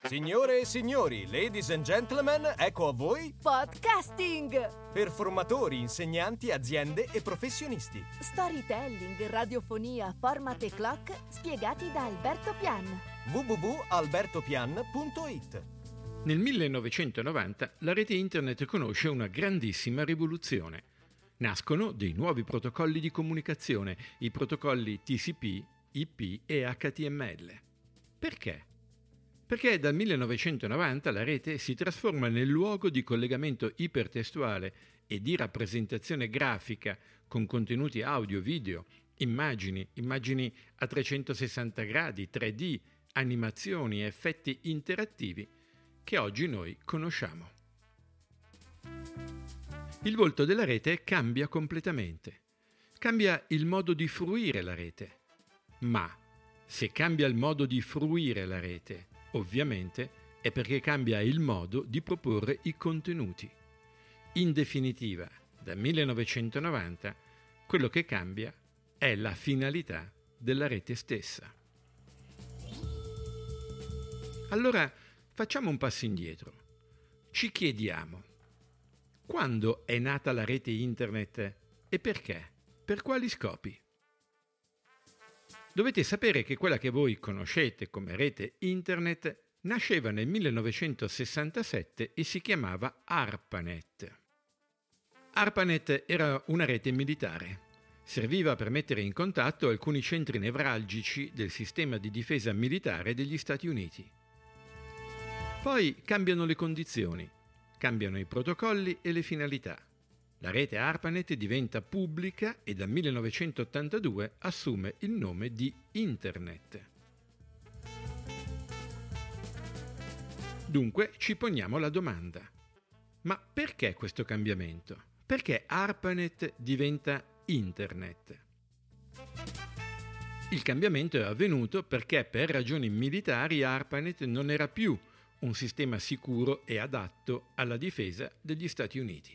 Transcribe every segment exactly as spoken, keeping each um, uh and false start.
Signore e signori, ladies and gentlemen, ecco a voi Podcasting! per formatori, insegnanti, aziende e professionisti. Storytelling, radiofonia, format e clock spiegati da Alberto Pian. w w w punto alberto pian punto i t. Nel millenovecentonovanta la rete internet conosce una grandissima rivoluzione. Nascono dei nuovi protocolli di comunicazione, i protocolli T C P, I P e H T M L. Perché? Perché dal millenovecentonovanta la rete si trasforma nel luogo di collegamento ipertestuale e di rappresentazione grafica con contenuti audio, video, immagini, immagini a trecentosessanta gradi, tre D, animazioni e effetti interattivi che oggi noi conosciamo. Il volto della rete cambia completamente. Cambia il modo di fruire la rete. Ma se cambia il modo di fruire la rete, ovviamente è perché cambia il modo di proporre i contenuti. In definitiva, dal millenovecentonovanta, quello che cambia è la finalità della rete stessa. Allora, facciamo un passo indietro. Ci chiediamo: quando è nata la rete internet e perché? Per quali scopi? Dovete sapere che quella che voi conoscete come rete internet nasceva nel millenovecentosessantasette e si chiamava ARPANET. ARPANET era una rete militare. Serviva per mettere in contatto alcuni centri nevralgici del sistema di difesa militare degli Stati Uniti. Poi cambiano le condizioni, cambiano i protocolli e le finalità. La rete ARPANET diventa pubblica e dal millenovecentottantadue assume il nome di Internet. Dunque ci poniamo la domanda: ma perché questo cambiamento? Perché ARPANET diventa Internet? Il cambiamento è avvenuto perché per ragioni militari ARPANET non era più un sistema sicuro e adatto alla difesa degli Stati Uniti.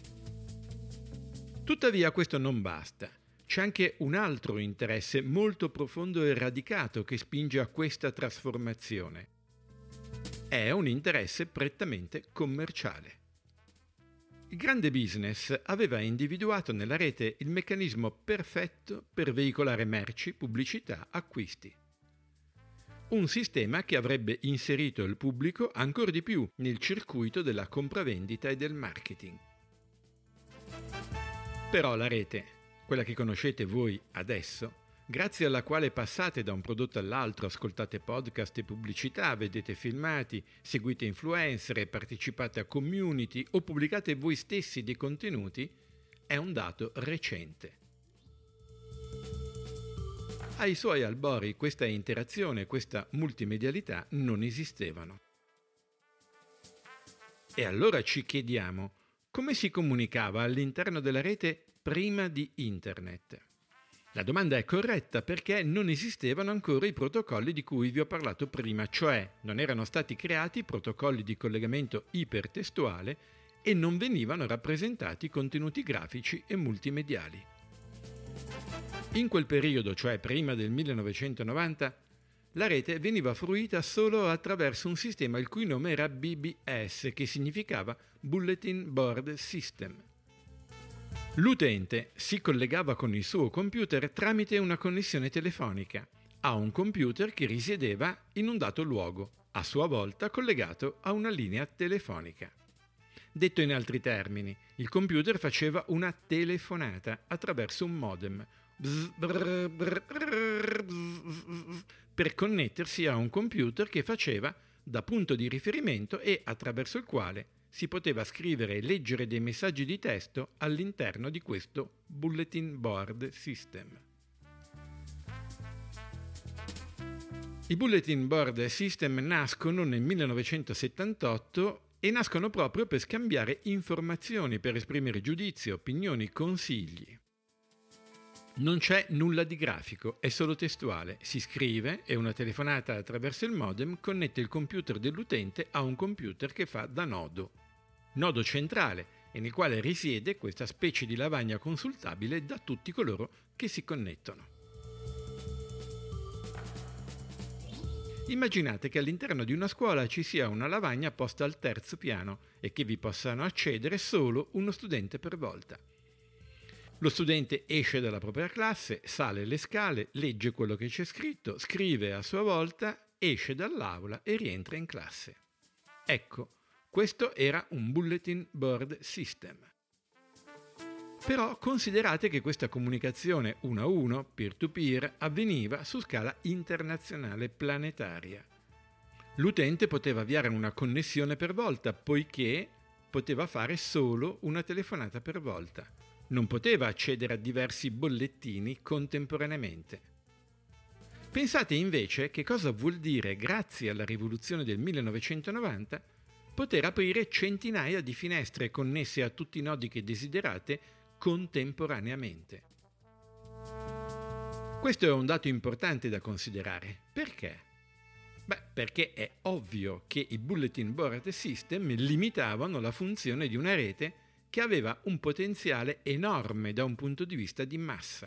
Tuttavia questo non basta. C'è anche un altro interesse molto profondo e radicato che spinge a questa trasformazione. È un interesse prettamente commerciale. Il grande business aveva individuato nella rete il meccanismo perfetto per veicolare merci, pubblicità, acquisti. Un sistema che avrebbe inserito il pubblico ancor di più nel circuito della compravendita e del marketing. Però la rete, quella che conoscete voi adesso, grazie alla quale passate da un prodotto all'altro, ascoltate podcast e pubblicità, vedete filmati, seguite influencer e partecipate a community o pubblicate voi stessi dei contenuti, è un dato recente. Ai suoi albori questa interazione, questa multimedialità non esistevano. E allora ci chiediamo: come si comunicava all'interno della rete prima di Internet? La domanda è corretta perché non esistevano ancora i protocolli di cui vi ho parlato prima, cioè non erano stati creati protocolli di collegamento ipertestuale e non venivano rappresentati contenuti grafici e multimediali. In quel periodo, cioè prima del millenovecentonovanta, la rete veniva fruita solo attraverso un sistema il cui nome era B B S, che significava Bulletin Board System. L'utente si collegava con il suo computer tramite una connessione telefonica a un computer che risiedeva in un dato luogo, a sua volta collegato a una linea telefonica. Detto in altri termini, il computer faceva una telefonata attraverso un modem per connettersi a un computer che faceva da punto di riferimento e attraverso il quale si poteva scrivere e leggere dei messaggi di testo all'interno di questo Bulletin Board System. I Bulletin Board System nascono nel millenovecentosettantotto e nascono proprio per scambiare informazioni, per esprimere giudizi, opinioni, consigli. Non c'è nulla di grafico, è solo testuale. Si scrive e una telefonata attraverso il modem connette il computer dell'utente a un computer che fa da nodo. Nodo centrale e nel quale risiede questa specie di lavagna consultabile da tutti coloro che si connettono. Immaginate che all'interno di una scuola ci sia una lavagna posta al terzo piano e che vi possano accedere solo uno studente per volta. Lo studente esce dalla propria classe, sale le scale, legge quello che c'è scritto, scrive a sua volta, esce dall'aula e rientra in classe. Ecco, questo era un bulletin board system. Però considerate che questa comunicazione uno a uno, peer-to-peer, avveniva su scala internazionale planetaria. L'utente poteva avviare una connessione per volta, poiché poteva fare solo una telefonata per volta. Non poteva accedere a diversi bollettini contemporaneamente. Pensate invece che cosa vuol dire, grazie alla rivoluzione del millenovecentonovanta, poter aprire centinaia di finestre connesse a tutti i nodi che desiderate contemporaneamente. Questo è un dato importante da considerare. Perché? Beh, perché è ovvio che i bulletin board system limitavano la funzione di una rete che aveva un potenziale enorme da un punto di vista di massa.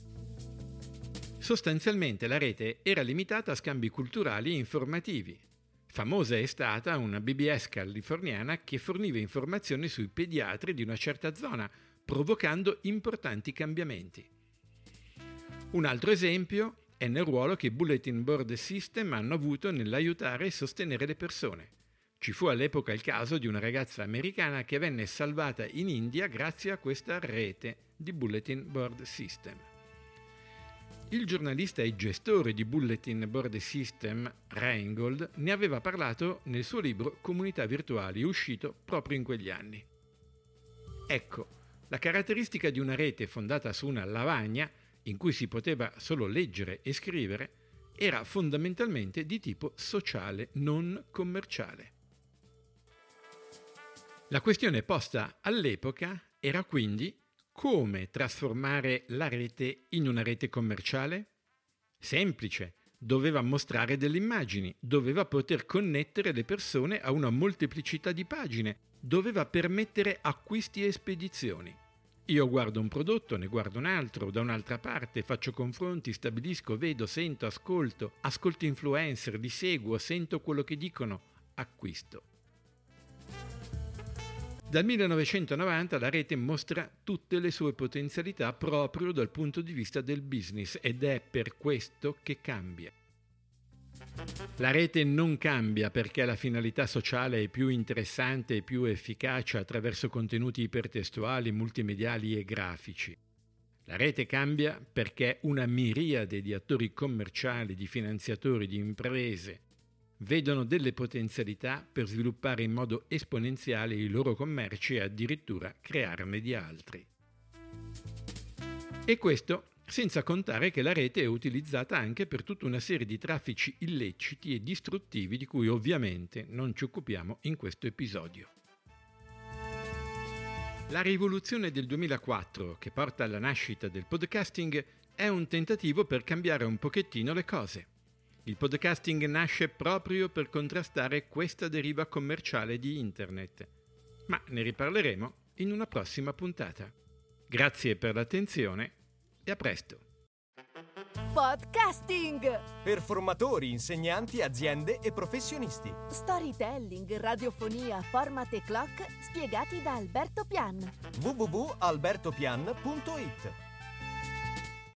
Sostanzialmente la rete era limitata a scambi culturali e informativi. Famosa è stata una B B S californiana che forniva informazioni sui pediatri di una certa zona, provocando importanti cambiamenti. Un altro esempio è nel ruolo che i bulletin board system hanno avuto nell'aiutare e sostenere le persone. Ci fu all'epoca il caso di una ragazza americana che venne salvata in India grazie a questa rete di bulletin board system. Il giornalista e gestore di bulletin board system, Reingold, ne aveva parlato nel suo libro Comunità virtuali, uscito proprio in quegli anni. Ecco, la caratteristica di una rete fondata su una lavagna, in cui si poteva solo leggere e scrivere, era fondamentalmente di tipo sociale, non commerciale. La questione posta all'epoca era quindi: come trasformare la rete in una rete commerciale? Semplice, doveva mostrare delle immagini, doveva poter connettere le persone a una molteplicità di pagine, doveva permettere acquisti e spedizioni. Io guardo un prodotto, ne guardo un altro, da un'altra parte, faccio confronti, stabilisco, vedo, sento, ascolto, ascolto influencer, li seguo, sento quello che dicono, acquisto. Dal millenovecentonovanta la rete mostra tutte le sue potenzialità proprio dal punto di vista del business ed è per questo che cambia. La rete non cambia perché la finalità sociale è più interessante e più efficace attraverso contenuti ipertestuali, multimediali e grafici. La rete cambia perché una miriade di attori commerciali, di finanziatori, di imprese vedono delle potenzialità per sviluppare in modo esponenziale i loro commerci e addirittura crearne di altri. E questo senza contare che la rete è utilizzata anche per tutta una serie di traffici illeciti e distruttivi di cui ovviamente non ci occupiamo in questo episodio. La rivoluzione del duemilaquattro, che porta alla nascita del podcasting, è un tentativo per cambiare un pochettino le cose. Il podcasting nasce proprio per contrastare questa deriva commerciale di internet, ma ne riparleremo in una prossima puntata. Grazie per l'attenzione e a presto. Podcasting! Per formatori, insegnanti, aziende e professionisti. Storytelling, radiofonia, format e clock spiegati da Alberto Pian. w w w punto alberto pian punto it